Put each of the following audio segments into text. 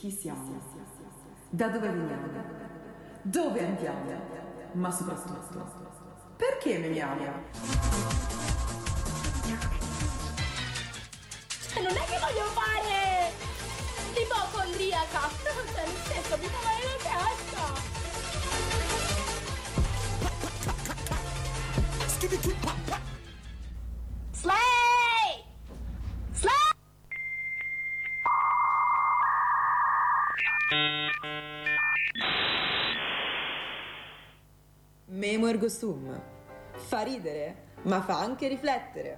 Chi siamo? Da dove veniamo? Dove andiamo? Ma soprattutto, perché memiamo? Non è che voglio fare l'ipocondriaca, cioè nel senso mi fa male la testa. Slay! Slay! Memo ergo sum. Fa ridere, ma fa anche riflettere.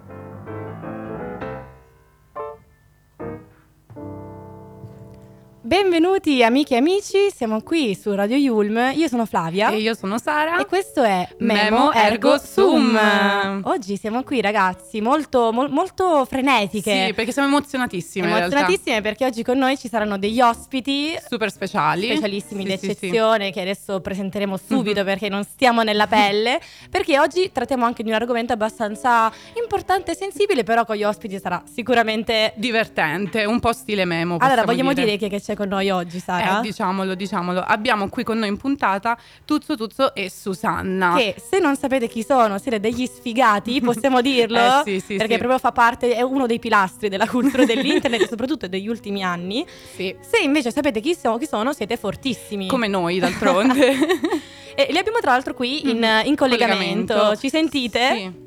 Benvenuti amiche e amici, siamo qui su Radio Yulm, io sono Flavia e io sono Sara e questo è Memo Ergo Sum. Oggi siamo qui ragazzi molto frenetiche. Sì, perché siamo emozionatissime in realtà. Perché oggi con noi ci saranno degli ospiti super specialissimi di eccezione che adesso presenteremo subito perché non stiamo nella pelle, perché oggi trattiamo anche di un argomento abbastanza importante e sensibile, però con gli ospiti sarà sicuramente divertente, un po' stile Memo. Allora vogliamo dire che c'è con noi oggi, Sara? Diciamolo. Abbiamo qui con noi in puntata Tuzzo e Susanna. Che se non sapete chi sono, siete degli sfigati, possiamo dirlo? Sì, perché proprio fa parte, è uno dei pilastri della cultura dell'internet, soprattutto degli ultimi anni. Sì. Se invece sapete chi sono, siete fortissimi. Come noi, d'altronde. E li abbiamo tra l'altro qui in collegamento. Ci sentite? Sì.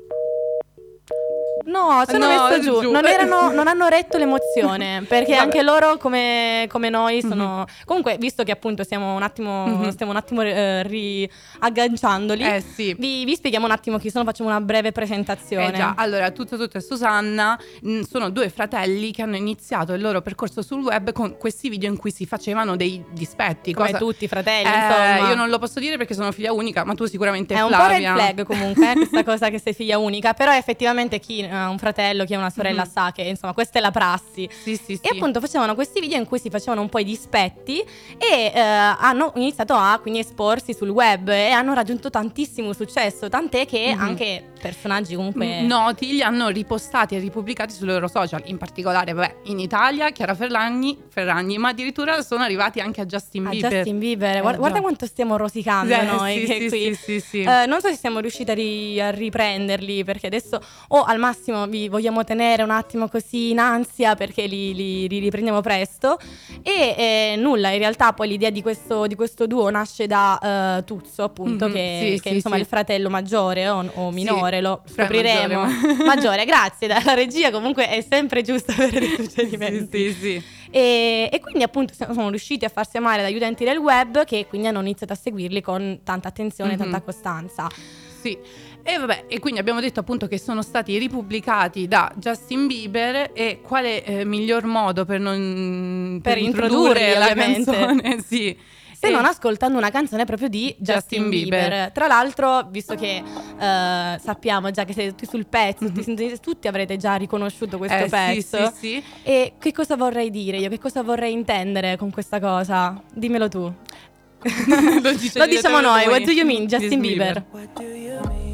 No, ci hanno messo giù. Non hanno retto l'emozione. Perché anche loro, come noi, sono. Comunque, visto che appunto stiamo un attimo riagganciandoli, sì. vi spieghiamo un attimo chi sono, facciamo una breve presentazione. Già, allora, Tuzzo e Susanna sono due fratelli che hanno iniziato il loro percorso sul web con questi video in cui si facevano dei dispetti. Come tutti i fratelli, insomma. Io non lo posso dire perché sono figlia unica, ma tu sicuramente, È Flavia. un po' red flag comunque, questa cosa che sei figlia unica. Però effettivamente chi ha un fratello, chi ha una sorella sa che insomma questa è la prassi. Sì. E appunto facevano questi video in cui si facevano un po' i dispetti e hanno iniziato a quindi esporsi sul web e hanno raggiunto tantissimo successo, tant'è che anche personaggi comunque noti li hanno ripostati e ripubblicati sui loro social, in particolare in Italia Chiara Ferragni, ma addirittura sono arrivati anche a Justin Bieber. Guarda quanto stiamo rosicando noi qui. Sì. Non so se siamo riusciti a riprenderli, perché adesso al massimo vi vogliamo tenere un attimo così in ansia perché li riprendiamo presto e nulla, in realtà poi l'idea di questo duo nasce da Tuzzo appunto che insomma è il fratello maggiore o minore, lo scopriremo. Maggiore, grazie, dalla regia comunque è sempre giusto avere dei suggerimenti. Sì. E quindi appunto sono riusciti a farsi amare dagli utenti del web, che quindi hanno iniziato a seguirli con tanta attenzione e tanta costanza. Sì. E quindi abbiamo detto appunto che sono stati ripubblicati da Justin Bieber, e quale miglior modo per introdurre la canzone non ascoltando una canzone proprio di Justin Bieber. Tra l'altro, visto che sappiamo già che siete tutti sul pezzo, tutti avrete già riconosciuto questo pezzo. Sì. E che cosa vorrei dire io? Che cosa vorrei intendere con questa cosa? Dimmelo tu. Lo diciamo noi. What do you mean, Justin Bieber? What do you mean?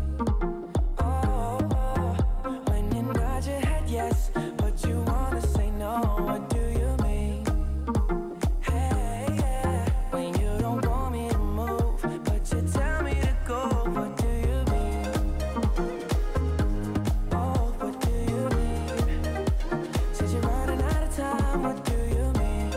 When you nod your head yes, but you wanna say no. What do you mean? Hey, yeah. When you don't want me to move, but you tell me to go. What do you mean? Oh, what do you mean? Since you're running out of time, what do you mean?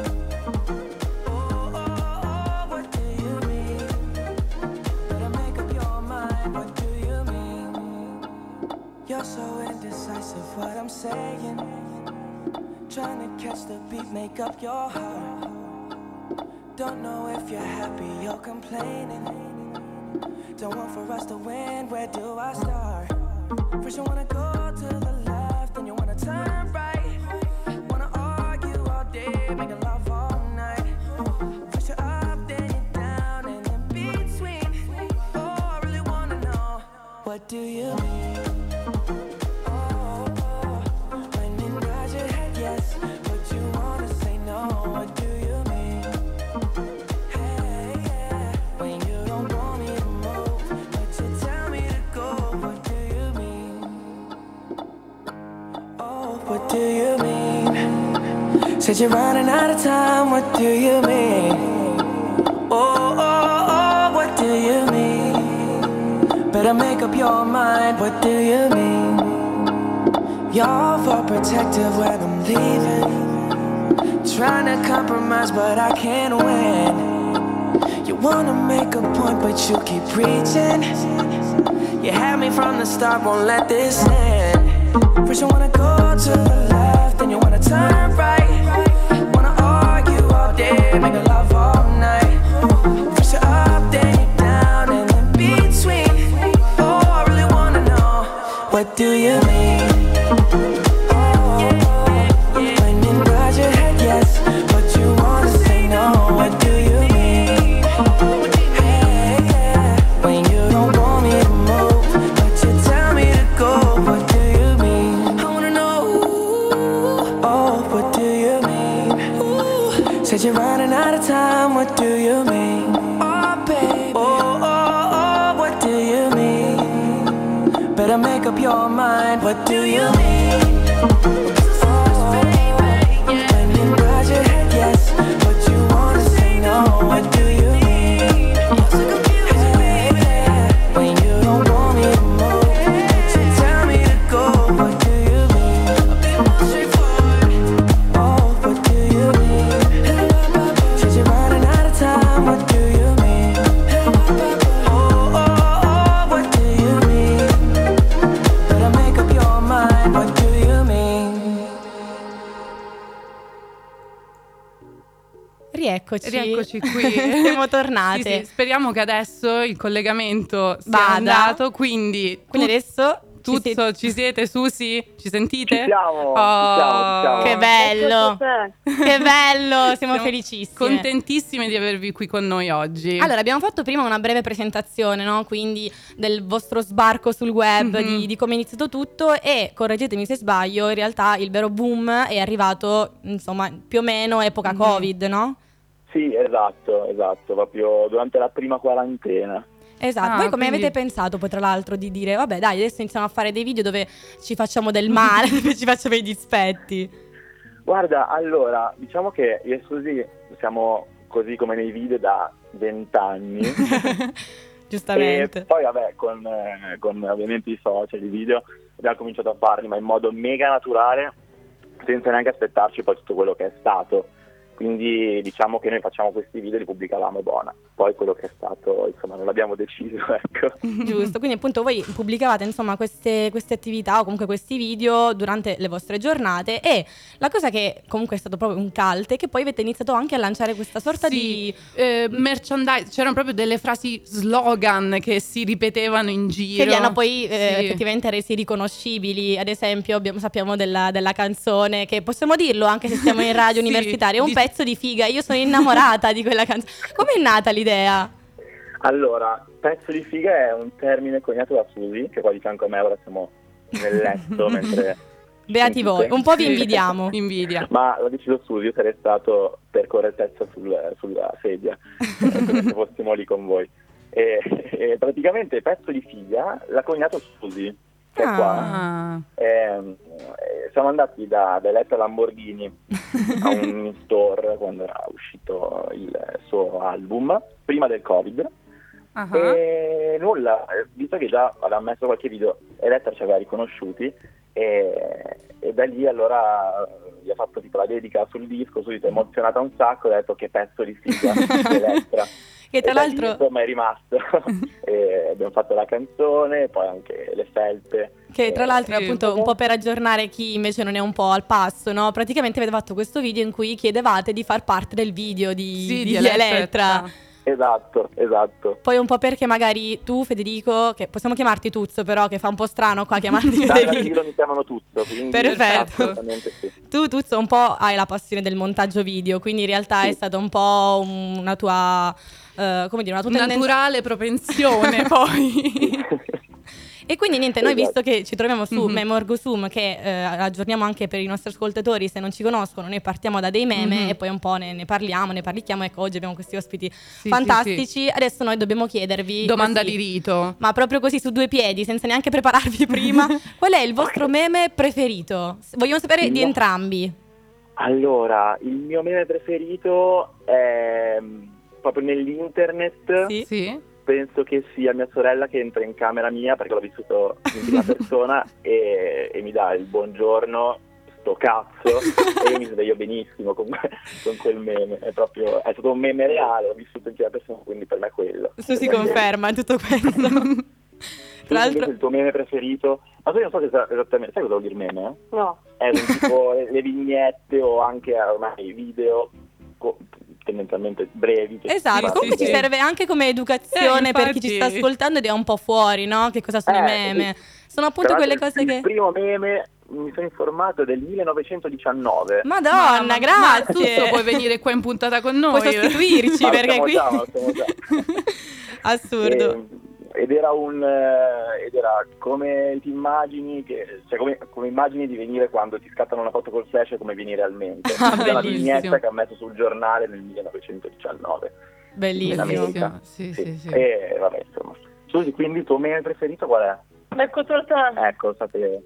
Oh, what do you mean? Better make up your mind. What do you mean? You're so indecisive, what I'm saying. Trying to catch the beat, make up your heart. Don't know if you're happy or complaining. Don't want for us to win, where do I start? First you wanna go to the left, then you wanna turn right. Wanna argue all day, making love all night. First you're up, then you're down, and in between. Oh, I really wanna know, what do you mean? Oh, when you nod your head yes, but you wanna say no. What do you mean? Hey, yeah. When you don't want me to move, but you tell me to go. What do you mean? Oh, what do you mean? Said you're running out of time, what do you mean? Oh, oh, oh, what do you mean? Better make up your mind, what do you mean? You're overprotective when I'm leaving, trying to compromise but I can't win. You wanna make a point but you keep preaching. You had me from the start, won't let this end. First you wanna go to the left, then you wanna turn right. Wanna argue all day, make love all night. First you're up, then you're down, and in between. Oh, I really wanna know, what do you mean? Oh, when you nod your head yes, but you wanna say no, what do you mean? Hey, yeah, when you don't want me to move, but you tell me to go, what do you mean? I wanna know, oh, what do you mean? Said you're running out of time, what do you mean? Oh, baby, oh, oh, oh, what do you mean? Better make up your mind, what do you mean? Oh, when you nod your head yes, but you wanna say no, what do you mean? Hey, yeah, when you don't want me to move, but you tell me to go, what do you mean? A bit more straightforward. Oh, what do you mean? Said you're running out of time, what do you mean? Oh, oh, oh, what do you mean? Better make up your mind, what do you mean? Rieccoci qui. siamo tornate. Sì, speriamo che adesso il collegamento sia Vada. andato, quindi Adesso Tuzzo, ci siete? Susi? Ci sentite? Ci siamo, Oh, ci siamo. che bello, che bello, siamo felicissimi. Contentissime di avervi qui con noi oggi. Allora, abbiamo fatto prima una breve presentazione, no? Quindi del vostro sbarco sul web, di come è iniziato tutto, e correggetemi se sbaglio, in realtà il vero boom è arrivato, insomma, più o meno epoca Covid, no? Sì, esatto, proprio durante la prima quarantena. Esatto, voi come avete pensato poi tra l'altro di dire vabbè dai adesso iniziamo a fare dei video dove ci facciamo del male, dove ci facciamo i dispetti? Guarda, allora, diciamo che io e Susi siamo così come nei video da 20 anni. Giustamente. E poi vabbè, con ovviamente i social, i video, abbiamo cominciato a farli ma in modo mega naturale, senza neanche aspettarci poi tutto quello che è stato. Quindi diciamo che noi facciamo questi video e li pubblicavamo buona. Poi quello che è stato, insomma, non l'abbiamo deciso, ecco. Giusto, quindi appunto voi pubblicavate insomma queste attività o comunque questi video durante le vostre giornate, e la cosa che comunque è stato proprio un cult è che poi avete iniziato anche a lanciare questa sorta di merchandise, c'erano proprio delle frasi slogan che si ripetevano in giro. Che vi hanno poi effettivamente resi riconoscibili. Ad esempio sappiamo della canzone, che possiamo dirlo anche se siamo in radio universitaria, è un pezzo di figa, io sono innamorata di quella canzone. Com'è nata l'idea? Allora, pezzo di figa è un termine coniato da Susi, che qua di fianco a me, ora siamo nel letto mentre... Beati voi, un po' vi invidiamo. Invidia. Ma l'ha deciso Susi, io sarei stato per correttezza sulla sedia, come se fossimo lì con voi. E praticamente pezzo di figa l'ha coniato Susi, che è qua. Siamo andati da Eletta Lamborghini a un store quando era uscito il suo album, prima del Covid. E nulla, visto che già aveva messo qualche video, Eletta ci aveva riconosciuti, e da lì allora gli ha fatto tipo la dedica sul disco, subito emozionata un sacco, ha detto che pezzo di figa Elettra. Che tra l'altro lì, insomma, è rimasto. E abbiamo fatto la canzone, poi anche le felpe. Che tra l'altro appunto un po' per aggiornare chi invece non è un po' al passo, no? Praticamente avete fatto questo video in cui chiedevate di far parte del video di Elettra. Esatto. Poi un po' perché magari tu, Federico, che possiamo chiamarti Tuzzo, però che fa un po' strano qua chiamarti Federico. Mi chiamano Tuzzo, quindi perfetto. Assolutamente sì. Tu, Tuzzo, un po' hai la passione del montaggio video, quindi in realtà è stato un po' una tua come dire, una tua naturale propensione poi. E quindi niente, noi visto che ci troviamo su Memorgosum, che aggiorniamo anche per i nostri ascoltatori, se non ci conoscono, noi partiamo da dei meme e poi un po' ne parliamo, ne parliamo. Ecco, oggi abbiamo questi ospiti fantastici. Adesso noi dobbiamo chiedervi domanda di rito, ma proprio così su due piedi, senza neanche prepararvi prima, qual è il vostro meme preferito? Vogliamo sapere di entrambi. Allora, il mio meme preferito è proprio nell'internet. Sì. Penso che sia mia sorella che entra in camera mia, perché l'ho vissuto in prima persona, e mi dà il buongiorno, sto cazzo, e io mi sveglio benissimo con quel meme. È stato un meme reale, l'ho vissuto in prima persona, quindi per me è quello. Si conferma tutto questo. Tra l'altro, il tuo meme preferito? Ma tu non so esattamente, sai cosa vuol dire meme? No. È tipo le vignette o anche ormai video tendenzialmente brevi. Esatto, comunque ci serve anche come educazione per chi ci sta ascoltando ed è un po' fuori, no? Che cosa sono i meme? Sono appunto quelle cose che... Il primo meme, mi sono informato, del 1919. Madonna, grazie! Ma tu puoi venire qua in puntata con noi. Puoi sostituirci, perché qui... Assurdo. Ed era come ti immagini, cioè come immagini di venire quando ti scattano una foto col flash e come venire al mente. È la vignetta che ha messo sul giornale nel 1919. Bellissimo. Sì. E vabbè, insomma. Susi, quindi il tuo meme preferito qual è? Ecco, torta. Ecco, sapete.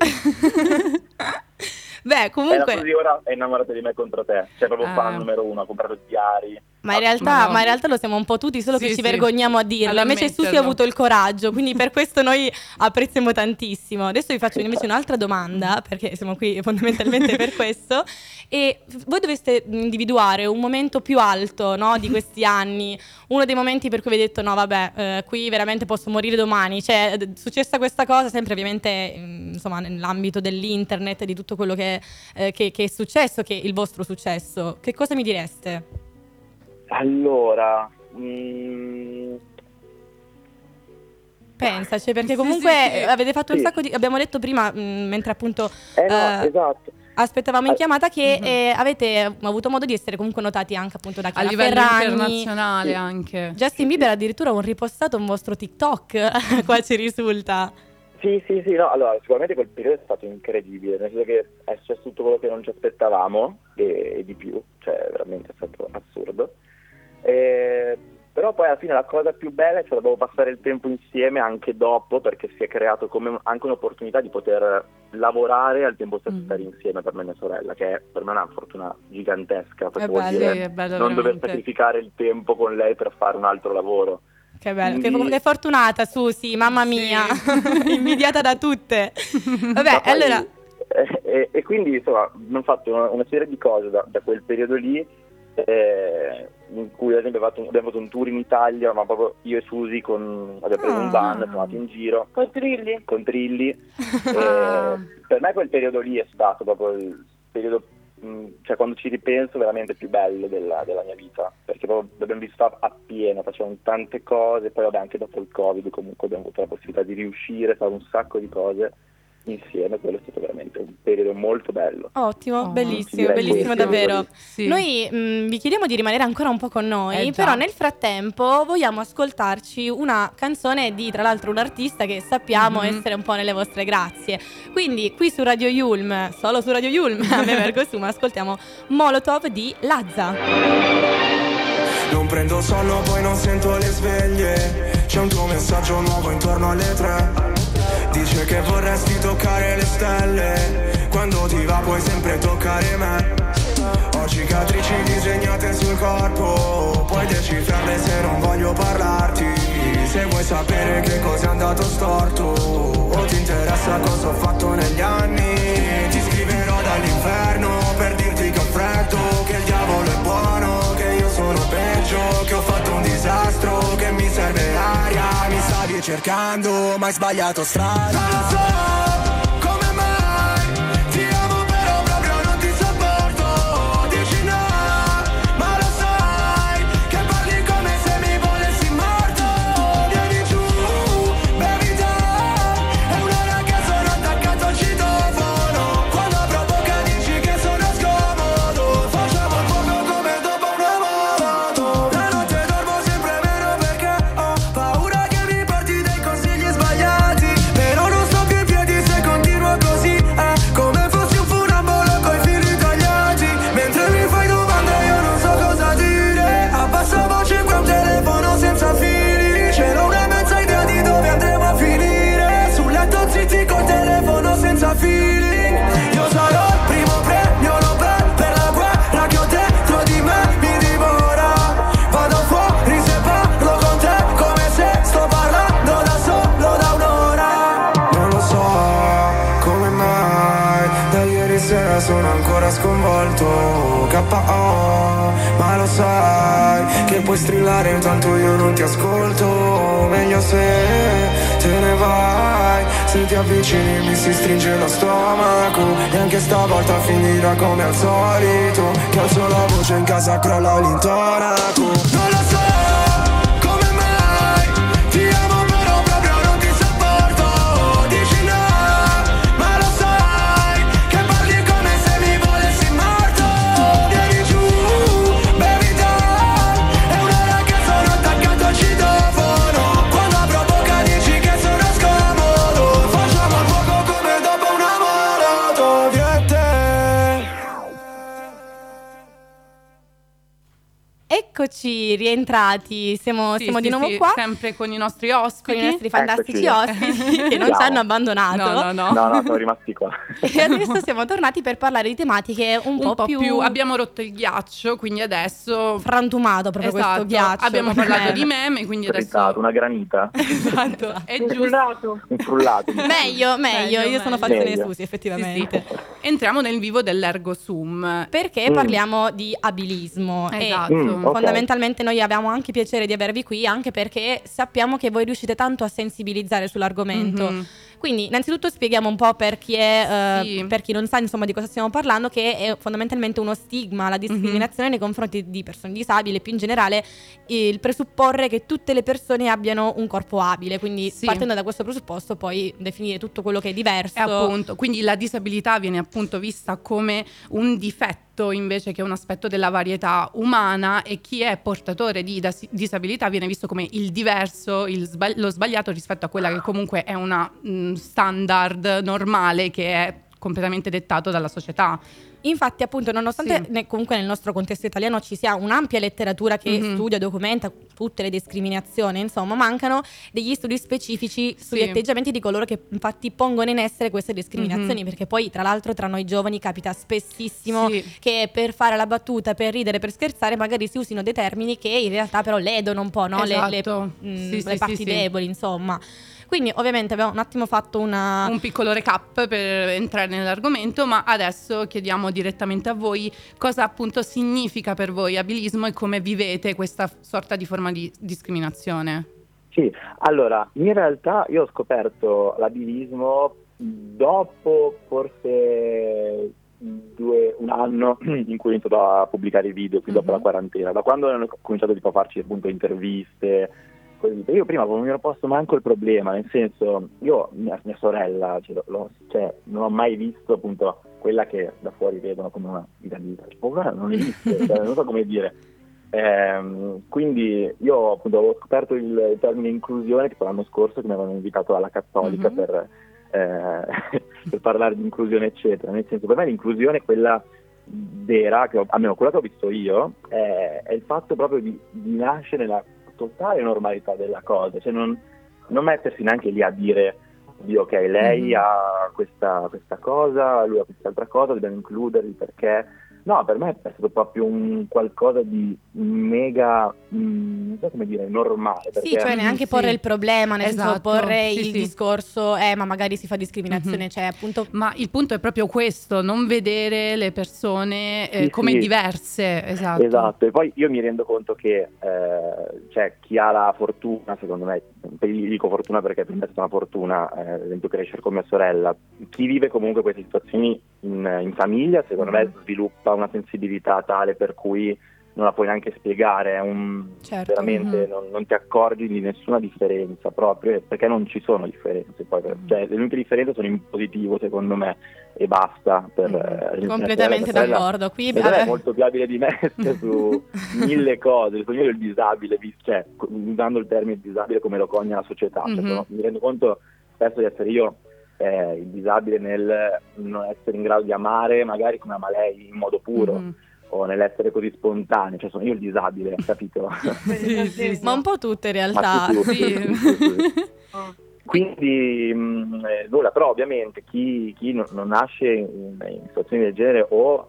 Beh, comunque... Susi ora è innamorata di me contro te. Cioè proprio fan numero 1, ha comprato diari. Ma in realtà lo siamo un po' tutti, solo che ci vergogniamo a dirlo. Invece Susi ha avuto il coraggio, quindi per questo noi apprezziamo tantissimo. Adesso vi faccio invece un'altra domanda, perché siamo qui fondamentalmente per questo. E voi doveste individuare un momento più alto, no, di questi anni, uno dei momenti per cui vi avete detto no vabbè, qui veramente posso morire domani. Cioè, è successa questa cosa, sempre ovviamente insomma nell'ambito dell'internet, di tutto quello che è successo, che è il vostro successo. Che cosa mi direste? Allora, pensaci, perché comunque avete fatto un sacco di... Abbiamo detto prima, mentre appunto esatto, aspettavamo in chiamata, che avete avuto modo di essere comunque notati anche appunto da Chiara livello Ferragni, internazionale anche. Justin Bieber addirittura un ripostato un vostro TikTok, qua ci risulta. Sì, no, allora sicuramente quel periodo è stato incredibile, nel senso che è successo tutto quello che non ci aspettavamo e di più, cioè veramente è stato assurdo. Però poi alla fine la cosa più bella è che dovevo passare il tempo insieme anche dopo, perché si è creato come anche un'opportunità di poter lavorare e al tempo stesso stare insieme per me e mia sorella, che è per me una fortuna gigantesca, perché vuol dire non dover sacrificare il tempo con lei per fare un altro lavoro. Che bello, che fortunata Susi, mamma mia, invidiata da tutte. Vabbè, poi, allora... E quindi insomma abbiamo fatto una serie di cose da quel periodo lì, in cui ad esempio abbiamo fatto un tour in Italia, ma proprio io e Susi abbiamo preso un van, siamo andati in giro con Trilli. Per me quel periodo lì è stato proprio il periodo, cioè quando ci ripenso, veramente più bello della mia vita, perché proprio l'abbiamo vissuto appieno, facevamo tante cose, poi vabbè anche dopo il Covid comunque abbiamo avuto la possibilità di riuscire, fare un sacco di cose insieme. Quello è stato veramente un periodo molto bello. Ottimo, bellissimo davvero. Sì. Noi vi chiediamo di rimanere ancora un po' con noi, però nel frattempo vogliamo ascoltarci una canzone di, tra l'altro, un artista che sappiamo essere un po' nelle vostre grazie. Quindi qui su Radio Yulm, solo su Radio Yulm, a me per costume, ascoltiamo Molotov di Lazza. Non prendo sonno, poi non sento le sveglie. C'è un tuo messaggio nuovo intorno alle 3. Dice che vorresti toccare le stelle. Quando ti va puoi sempre toccare me. Ho cicatrici disegnate sul corpo. Puoi decifrarle se non voglio parlarti. Se vuoi sapere che cosa è andato storto o ti interessa cosa ho fatto negli anni, ti scriverò dall'inferno per dirti che ho freddo, che il diavolo è buono, che io sono peggio, che ho fatto un disastro, che mi serve l'aria. Mi stavi cercando ma hai sbagliato strada. Non lo so come mai ti amo però proprio non ti sopporto. Dici no ma lo sai che parli come se mi volessi morto. Vieni giù, bevi te, è un'ora che sono attaccato al citofono. Quando apro bocca dici che sono scomodo. Facciamo il fuoco come dopo una moto. La notte dormo sempre meno perché ho paura che mi porti dei consigli sbagliati. Però non sto più in piedi sono ancora sconvolto, KO, ma lo sai che puoi strillare tanto io non ti ascolto. Meglio se te ne vai, se ti avvicini mi si stringe lo stomaco. E anche stavolta finirà come al solito, che alzo la voce in casa crolla l'intonaco. Non lo so come mai ti amo però proprio non ti sopporto. Dici no, ma lo sai che parli come se mi volessi morto. Vieni giù, bevi dai, è un'ora che sono attaccato al citofono. Quando apro bocca dici che sono scomodo. Facciamo il fuoco come dopo una maratona. Io e te. Eccoci rientrati, siamo di nuovo qua sempre con i nostri ospiti. con i nostri fantastici Eccoci. ospiti che non ci Ciao. hanno abbandonato. No. No, sono rimasti qua. E adesso siamo tornati per parlare di tematiche un po' più abbiamo rotto il ghiaccio, quindi adesso frantumato proprio questo esatto, ghiaccio. abbiamo parlato di meme, quindi adesso Frizzato, una granita. esatto, è giusto. Un frullato. Meglio, io sono fazione Meglio. Susi effettivamente. Entriamo nel vivo dell'ergo sum. Perché parliamo di abilismo Esatto. e ok. fondamentalmente noi abbiamo anche piacere di avervi qui, anche perché sappiamo che voi riuscite tanto a sensibilizzare sull'argomento. Mhm. Quindi innanzitutto spieghiamo un po' per chi è, Sì. per chi non sa insomma di cosa stiamo parlando, che è fondamentalmente uno stigma, la discriminazione nei confronti di persone disabili e più in generale il presupporre che tutte le persone abbiano un corpo abile, quindi Sì. partendo da questo presupposto poi definire tutto quello che è diverso. E appunto, quindi la disabilità viene appunto vista come un difetto invece che un aspetto della varietà umana, e chi è portatore di disabilità viene visto come il diverso, lo sbagliato rispetto a quella che comunque è una standard normale che è completamente dettato dalla società. Infatti, appunto, nonostante comunque nel nostro contesto italiano ci sia un'ampia letteratura che studia, documenta tutte le discriminazioni, insomma, mancano degli studi specifici sugli atteggiamenti di coloro che infatti pongono in essere queste discriminazioni, perché poi tra l'altro tra noi giovani capita spessissimo che per fare la battuta, per ridere, per scherzare, magari si usino dei termini che in realtà però ledono un po', no? Esatto. le parti deboli, insomma. Quindi ovviamente abbiamo un attimo fatto un piccolo recap per entrare nell'argomento, ma adesso chiediamo direttamente a voi cosa appunto significa per voi abilismo e come vivete questa sorta di forma di discriminazione. Sì, allora, in realtà io ho scoperto l'abilismo dopo forse un anno in cui ho iniziato a pubblicare i video, quindi dopo la quarantena, da quando ho cominciato tipo, a farci appunto interviste. Io prima non mi ero posto manco il problema, nel senso, io mia sorella non ho mai visto appunto quella che da fuori vedono come una disabilità, non esiste, non so come dire. Quindi io appunto avevo scoperto il termine inclusione tipo l'anno scorso, che mi avevano invitato alla Cattolica per parlare di inclusione eccetera, nel senso, per me l'inclusione, quella vera, che almeno quella che ho visto io, è il fatto proprio di nascere nella totale normalità della cosa, cioè non mettersi neanche lì a dire oddio, ok, lei ha questa cosa, lui ha quest'altra cosa, dobbiamo includerli perché no, per me è stato proprio un qualcosa di mega non so come dire, normale, perché sì, cioè neanche porre il problema, nel senso porre il sì. discorso ma magari si fa discriminazione, cioè appunto. Ma il punto è proprio questo, non vedere le persone come diverse. Esatto, e poi io mi rendo conto che cioè chi ha la fortuna, secondo me, dico fortuna perché per me è stata una fortuna, ad esempio crescere con mia sorella, chi vive comunque queste situazioni in famiglia, secondo me sviluppa una sensibilità tale per cui non la puoi neanche spiegare, veramente non ti accorgi di nessuna differenza, proprio perché non ci sono differenze, poi, cioè le uniche differenze sono in positivo secondo me e basta. Completamente d'accordo, qui è molto più abile di me su mille cose, io il disabile, cioè usando il termine disabile come lo cogna la società, cioè, mi rendo conto spesso di essere io il disabile nel non essere in grado di amare magari come ama lei in modo puro, o nell'essere così spontaneo, cioè sono io il disabile, capito? Sì. Ma un po' tutte in realtà. Quindi nulla, però ovviamente chi non nasce in situazioni del genere o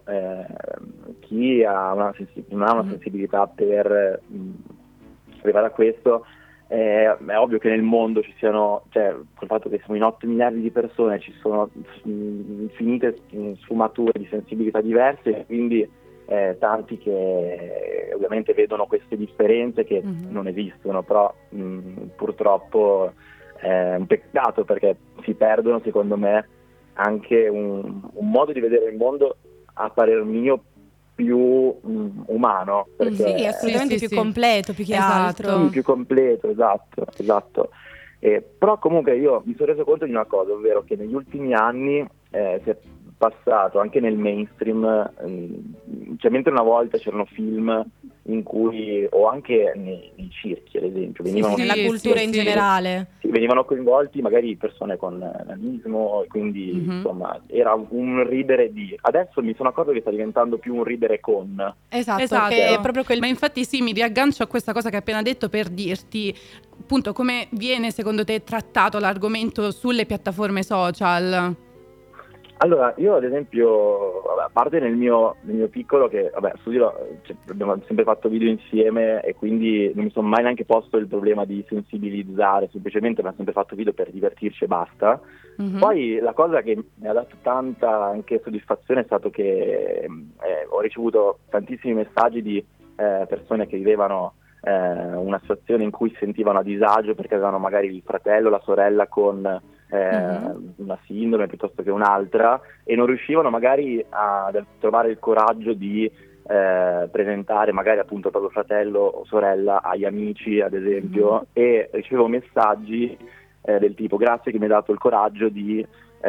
chi ha non ha una sensibilità per arrivare a questo, è ovvio che nel mondo ci siano, cioè col fatto che siamo in 8 miliardi di persone ci sono infinite sfumature di sensibilità diverse, quindi tanti che ovviamente vedono queste differenze che non esistono, però purtroppo è un peccato, perché si perdono secondo me anche un modo di vedere il mondo, a parer mio, più umano, perché Sì, assolutamente più completo, più che altro. sì, più completo, esatto. Però comunque io mi sono reso conto di una cosa, ovvero che negli ultimi anni si è passato anche nel mainstream, cioè mentre una volta c'erano film in cui, o anche nei circhi ad esempio, venivano nella cultura in generale. sì, venivano coinvolti magari persone con nanismo, quindi insomma era un ridere di. Adesso mi sono accorto che sta diventando più un ridere con. Esatto. Che è proprio quel... Ma infatti sì, mi riaggancio a questa cosa che hai appena detto per dirti appunto come viene secondo te trattato l'argomento sulle piattaforme social. Allora, io ad esempio, a parte nel mio piccolo, che studio, abbiamo sempre fatto video insieme e quindi non mi sono mai neanche posto il problema di sensibilizzare, semplicemente abbiamo sempre fatto video per divertirci e basta. Poi la cosa che mi ha dato tanta anche soddisfazione è stato che ho ricevuto tantissimi messaggi di persone che vivevano una situazione in cui si sentivano a disagio perché avevano magari il fratello o la sorella con una sindrome piuttosto che un'altra, e non riuscivano magari a trovare il coraggio di presentare magari appunto il proprio fratello o sorella agli amici ad esempio, e ricevevo messaggi del tipo: grazie che mi hai dato il coraggio di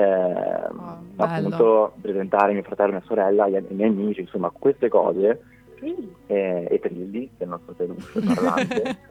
appunto presentare mio fratello e mia sorella ai miei amici, insomma queste cose. E Trilli, che è il nostro tenuto parlante.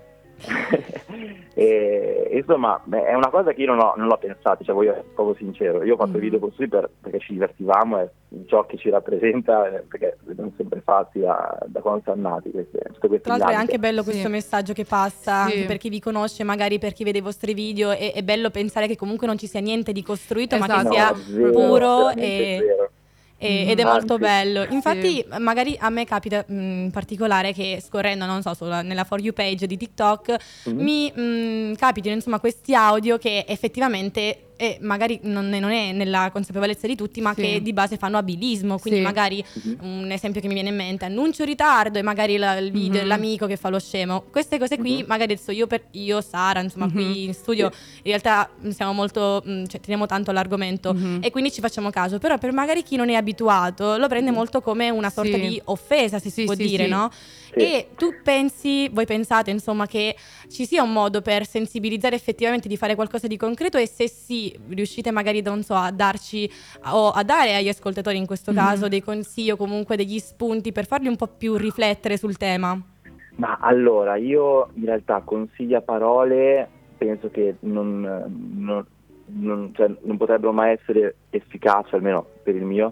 Insomma è una cosa che io non l'ho pensato, cioè voglio essere proprio sincero, io ho fatto video così perché ci divertivamo, e ciò che ci rappresenta, perché l'abbiamo sempre fatti da quando siamo nati tutte queste Tra l'altro è dinamiche. anche bello questo messaggio che passa anche per chi vi conosce, magari per chi vede i vostri video, è bello pensare che comunque non ci sia niente di costruito, ma che sia puro ed è molto bello. Infatti magari a me capita in particolare che scorrendo, non so, nella For You page di TikTok mi capitano insomma questi audio che effettivamente magari non è nella consapevolezza di tutti, ma che di base fanno abilismo, quindi magari un esempio che mi viene in mente: annuncio ritardo, e magari il video dell'amico che fa lo scemo. Queste cose qui magari adesso io Sara, insomma qui in studio in realtà siamo molto cioè teniamo tanto all'argomento e quindi ci facciamo caso, però per magari chi non è abituato lo prende molto come una sorta di offesa, se si può dire, no? E voi pensate insomma che ci sia un modo per sensibilizzare effettivamente, di fare qualcosa di concreto, e se sì, riuscite magari non so a darci o a dare agli ascoltatori in questo caso dei consigli o comunque degli spunti per farli un po' più riflettere sul tema? Ma allora, io in realtà consigli a parole penso che non potrebbero mai essere efficaci, almeno per il mio,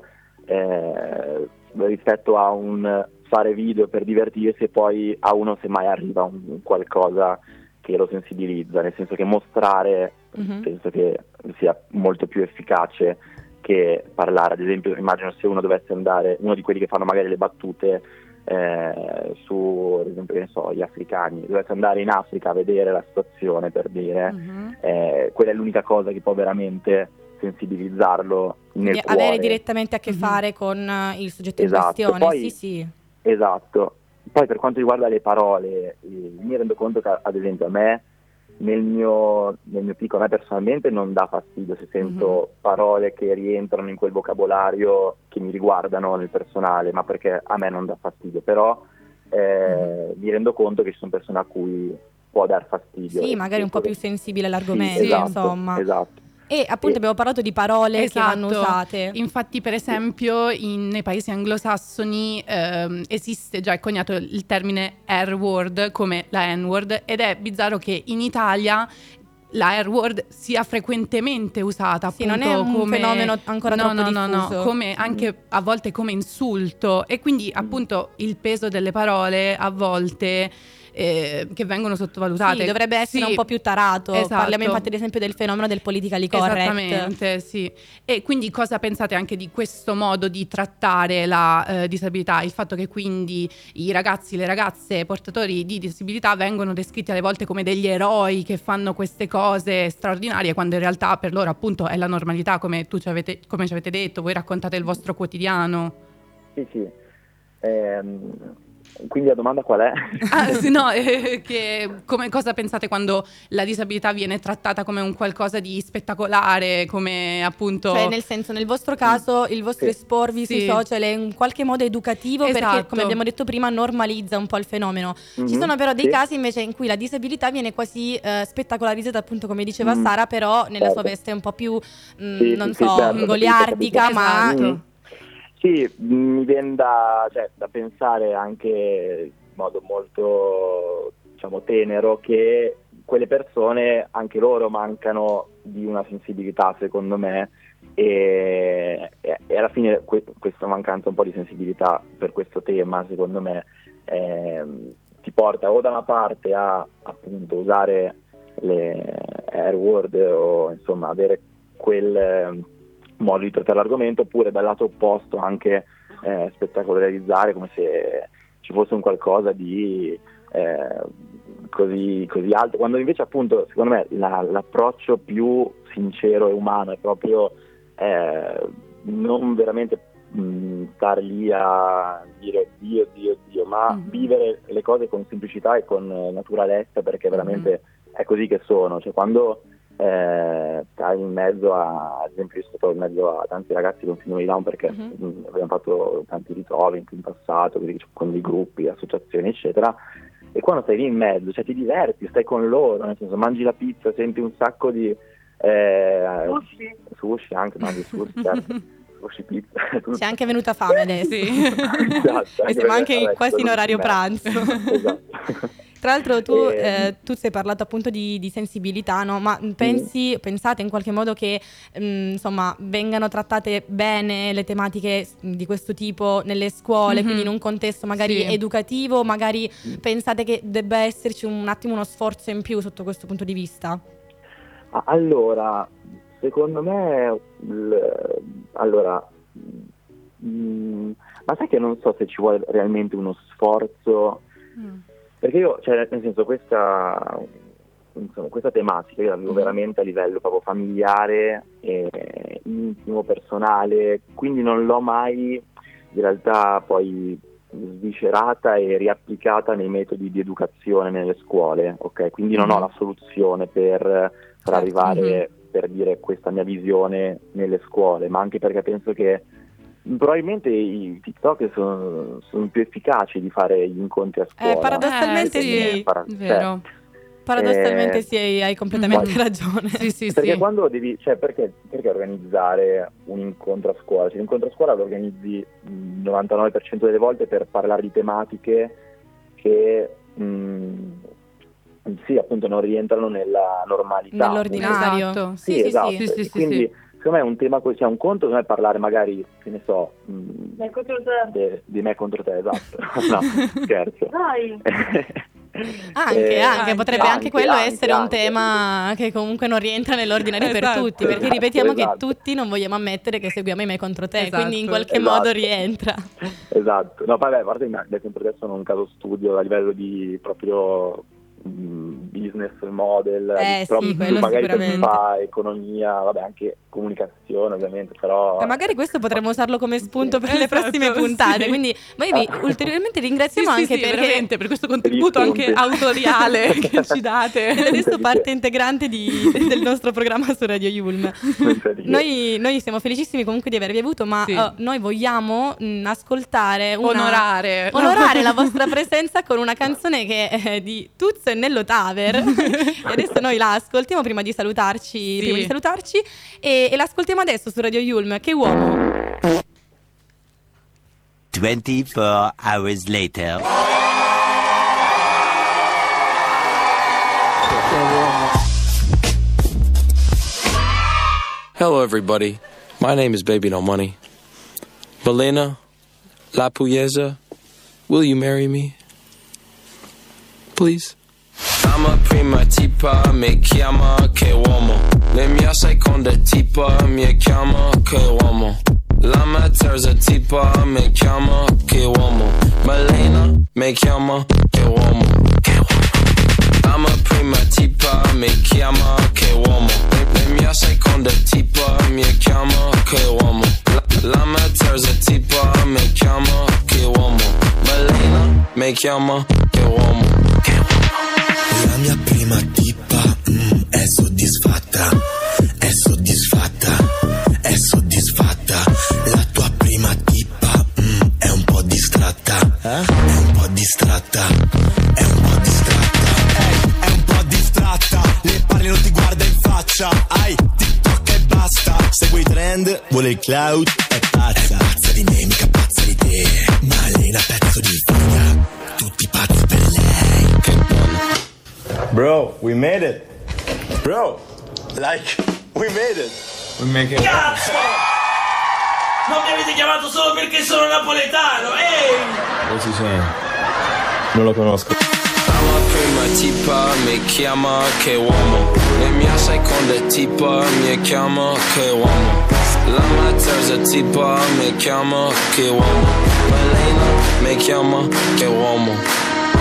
rispetto a un fare video per divertirsi e poi a uno semmai arriva un qualcosa che lo sensibilizza, nel senso che mostrare penso che sia molto più efficace che parlare. Ad esempio, immagino se uno dovesse andare, uno di quelli che fanno magari le battute su, ad esempio, che ne so, gli africani, dovesse andare in Africa a vedere la situazione, per dire, quella è l'unica cosa che può veramente sensibilizzare nel cuore. Avere direttamente a che fare con il soggetto in questione. Poi, esatto. Poi per quanto riguarda le parole, mi rendo conto che ad esempio a me nel mio piccolo, a me personalmente non dà fastidio se sento parole che rientrano in quel vocabolario che mi riguardano nel personale, ma perché a me non dà fastidio, però mi rendo conto che ci sono persone a cui può dar fastidio. Sì, magari un po' più sensibile all'argomento, insomma. Esatto. E appunto abbiamo parlato di parole che vanno usate. Infatti, per esempio, nei paesi anglosassoni esiste già, è coniato il termine R-word come la N-word, ed è bizzarro che in Italia la R-word sia frequentemente usata, appunto, non è un fenomeno ancora troppo diffuso. Come anche a volte come insulto, e quindi appunto il peso delle parole a volte che vengono sottovalutate. Sì, dovrebbe essere un po' più tarato. Esatto. Parliamo infatti ad esempio del fenomeno del politically correct. Esattamente, sì. E quindi cosa pensate anche di questo modo di trattare la disabilità? Il fatto che quindi i ragazzi, le ragazze portatori di disabilità vengono descritti alle volte come degli eroi che fanno queste cose straordinarie, quando in realtà per loro appunto è la normalità, come ci avete detto, voi raccontate il vostro quotidiano. Sì. Quindi la domanda qual è? Cosa pensate quando la disabilità viene trattata come un qualcosa di spettacolare, come appunto... Cioè nel senso, nel vostro caso il vostro esporvi sui social è in qualche modo educativo, perché come abbiamo detto prima normalizza un po' il fenomeno. Ci sono però dei casi invece in cui la disabilità viene quasi spettacolarizzata, appunto come diceva Sara, però nella sua veste un po' più goliardica, ma... Sì, mi viene da pensare anche in modo molto, diciamo, tenero, che quelle persone, anche loro mancano di una sensibilità, secondo me, e alla fine questa mancanza un po' di sensibilità per questo tema, secondo me, ti porta o da una parte a appunto usare le R-word o insomma avere quel modo di trattare l'argomento, oppure dal lato opposto anche spettacolarizzare come se ci fosse un qualcosa di così alto, quando invece appunto secondo me l'approccio più sincero e umano è proprio non veramente stare lì a dire Dio, ma vivere le cose con semplicità e con naturalezza, perché veramente è così che sono. Cioè quando stai in mezzo ad esempio, io sono stato in mezzo a tanti ragazzi con sindrome di Down, perché abbiamo fatto tanti ritrovi in passato con dei gruppi, associazioni eccetera, e quando stai lì in mezzo, cioè ti diverti, stai con loro, nel senso mangi la pizza, senti un sacco di sushi anche, mangi sushi, certo. Sushi, pizza, c'è anche venuta fame adesso. Esatto, e siamo anche quasi in orario pranzo. Esatto. Tra l'altro tu sei parlato appunto di sensibilità, no? Ma pensate in qualche modo che insomma vengano trattate bene le tematiche di questo tipo nelle scuole, quindi in un contesto magari educativo, magari pensate che debba esserci un attimo uno sforzo in più sotto questo punto di vista? Allora, secondo me ma sai che non so se ci vuole realmente uno sforzo, perché io, cioè nel senso, questa tematica io la vivo veramente a livello proprio familiare, intimo, personale, quindi non l'ho mai in realtà poi sviscerata e riapplicata nei metodi di educazione nelle scuole, ok? Quindi non ho la soluzione per arrivare per dire questa mia visione nelle scuole, ma anche perché penso che probabilmente i TikTok sono più efficaci di fare gli incontri a scuola. Paradossalmente sì, vero. Paradossalmente sì, hai completamente ragione. Perché quando devi, perché organizzare un incontro a scuola? Cioè, l'incontro a scuola lo organizzi il 99% delle volte per parlare di tematiche che appunto non rientrano nella normalità. Nell'ordinario. Esatto. Sì, esatto. Quindi secondo me è un tema, cioè un conto secondo me parlare magari, che ne so, me contro te. Di me contro te, esatto. No, scherzo. Dai. Anche potrebbe anche quello essere un tema che comunque non rientra nell'ordinario per tutti, perché ripetiamo che tutti non vogliamo ammettere che seguiamo i me contro te, quindi in qualche modo rientra. Esatto. No, vabbè, a parte i me contro te sono un caso studio a livello di proprio business model, quello magari sicuramente. fa economia, vabbè, anche comunicazione ovviamente, però magari questo potremmo usarlo come spunto per le prossime puntate, quindi noi vi ulteriormente ringraziamo anche perché per questo contributo anche autoriale che ci date. Ed adesso parte integrante del nostro programma su Radio Yulm. Noi siamo felicissimi comunque di avervi avuto, ma noi vogliamo ascoltare onorare la vostra presenza con una canzone che è di Tuzzo e Nello Taver. E adesso noi la ascoltiamo prima di salutarci, e l'ascoltiamo adesso su Radio Yulm. Che uomo! 24 hours later. Hello everybody, my name is Baby No Money. Malena, La Puyeza, will you marry me? please. Dama prima tipa mi chiama che uomo. La mia seconda tipa mi chiama che uomo. La mia terza tipa mi chiama che uomo. Malena mi chiama che uomo. Dama prima tipa mi chiama che uomo. La mia seconda tipa mi chiama che uomo. La mia terza tipa mi chiama che uomo. Malena mi chiama che uomo. La mia prima tipa è soddisfatta, è soddisfatta, è soddisfatta. La tua prima tipa è un po' distratta, è un po' distratta, è un po' distratta, è un po' distratta. Le parli non ti guarda in faccia, hai TikTok e basta. Segue i trend, vuole il cloud, è pazza di me, mica pazza di te. Malena pezzo di figa, tutti pazzi per lei. Che buona. Bro, we made it. Bro, like, we made it. We make it. Cazzo! Non mi avete chiamato solo perché sono napoletano, ehi! Come si chiama? Non lo conosco. La prima tipa mi chiama che uomo. La mia seconda tipa mi chiama che uomo. La mia terza tipa mi chiama che uomo. Malena mi chiama che uomo.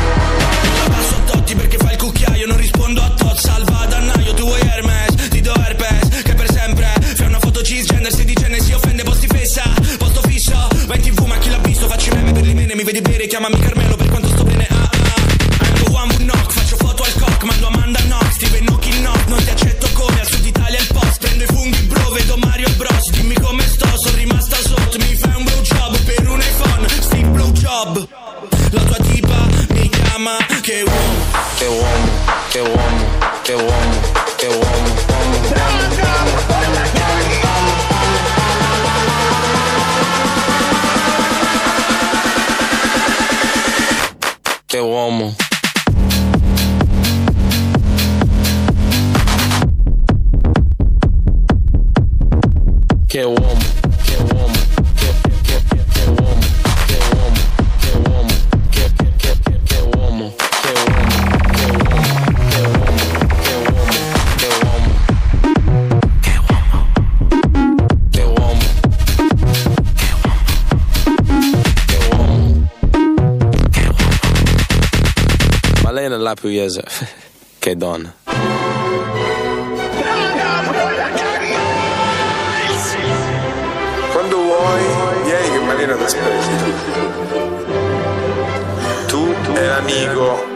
Perché fai il cucchiaio, non rispondo a tot. Salva dannaio, tu vuoi Hermes, ti do herpes. Che per sempre, fai una foto cisgender, sedicenne si offende, posti fessa, posto fisso. Vai in TV ma chi l'ha visto, faccio i meme per l'imene. Mi vedi bere, chiamami Carmelo per quanto sto bene. I'm the one who knock, faccio foto al cock, mando Amanda Knox, Steven Hawking knock. Non ti accetto come al sud Italia il post. Prendo i funghi bro, vedo Mario Bros. Dimmi come sto, sono rimasta sotto. Mi fai un blow job per un iPhone, Steve blow job. La tua tipa mi chiama che uomo. Che uomo, che uomo, che uomo, che uomo, che uomo. Che uomo, che uomo, che uomo, che uomo, che uomo, che uomo, che uomo. Malena la pugliese, che donna. Quando vuoi, vieni che Malena ti aspetta. Tu e l'amico.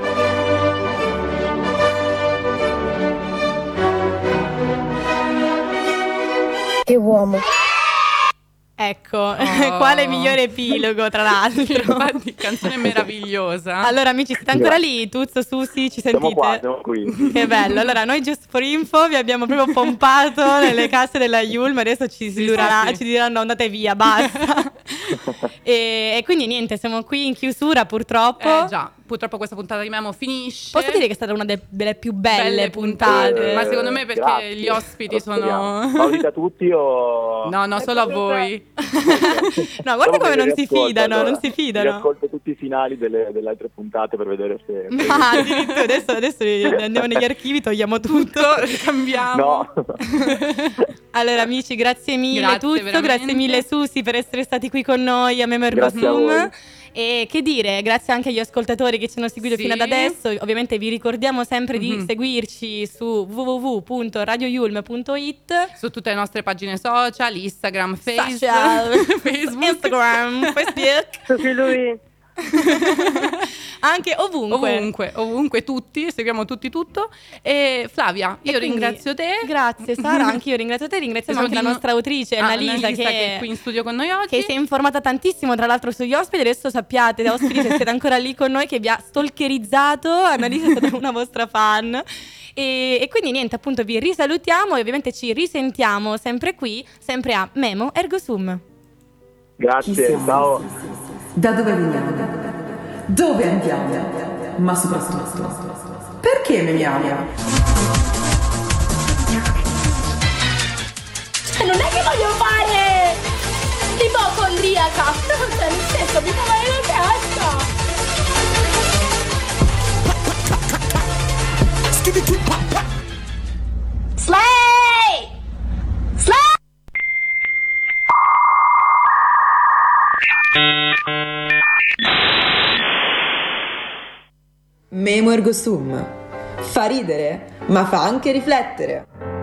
Che uomo. Ecco, quale migliore epilogo tra l'altro. Infatti, canzone meravigliosa. Allora amici, siete ancora lì? Tuzzo, Susi, ci sentite? Siamo qui. Che bello, allora noi Just for Info vi abbiamo proprio pompato nelle casse della Yulm, adesso ci diranno andate via, basta. e quindi niente, siamo qui in chiusura purtroppo. Già, purtroppo questa puntata di Memo finisce. Posso dire che è stata una delle più belle puntate. Ma secondo me perché grazie. Gli ospiti sono... Ma udite a tutti o... No, solo a voi. No, guarda come non si fidano, allora. Non si fidano. Ascolto tutti i finali delle altre puntate per vedere se... Ma addirittura adesso andiamo negli archivi, togliamo tutto, cambiamo. No. Allora amici, grazie mille Tuzzo, grazie mille Susi per essere stati qui con noi a Memo Ergo Sum. E che dire, grazie anche agli ascoltatori che ci hanno seguito fino ad adesso. Ovviamente vi ricordiamo sempre di seguirci su www.radioyulm.it, su tutte le nostre pagine social, Instagram, Facebook, Instagram, Facebook. Su lui. Anche ovunque tutti, seguiamo tutti tutto. E Flavia, io ringrazio te. Grazie Sara, anche io ringrazio te. Ringraziamo anche la nostra autrice Annalisa che è qui in studio con noi oggi, che si è informata tantissimo tra l'altro sugli ospiti. Adesso sappiate, ospiti, se siete ancora lì con noi, che vi ha stalkerizzato. Annalisa è stata una vostra fan. E quindi niente, appunto vi risalutiamo e ovviamente ci risentiamo sempre qui, sempre a Memo Ergo Sum. Grazie, ciao. Da dove veniamo? Dove andiamo? Ma soprattutto, perché mi ami? Non è che voglio fare l'ipocondriaca, cioè nel senso mi fa male la testa. Memo ergo sum. Fa ridere, ma fa anche riflettere.